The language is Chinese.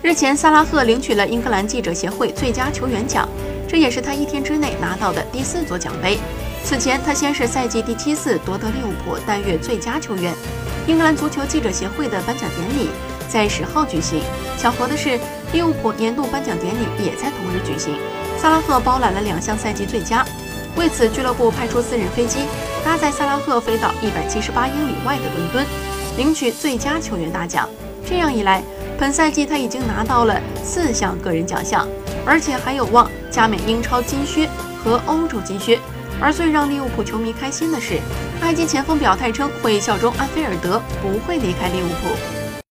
日前，萨拉赫领取了英格兰记者协会最佳球员奖，这也是他一天之内拿到的第4座奖杯。此前，他先是赛季第7次夺得利物浦单月最佳球员。英格兰足球记者协会的颁奖典礼在10号举行，巧合的是，利物浦年度颁奖典礼也在同日举行。萨拉赫包揽了2项赛季最佳，为此，俱乐部派出私人飞机搭载萨拉赫飞到178英里外的伦敦，领取最佳球员大奖。这样一来，本赛季他已经拿到了4项个人奖项，而且还有望加冕英超金靴和欧洲金靴。而最让利物浦球迷开心的是，埃及前锋表态称会效忠安菲尔德，不会离开利物浦。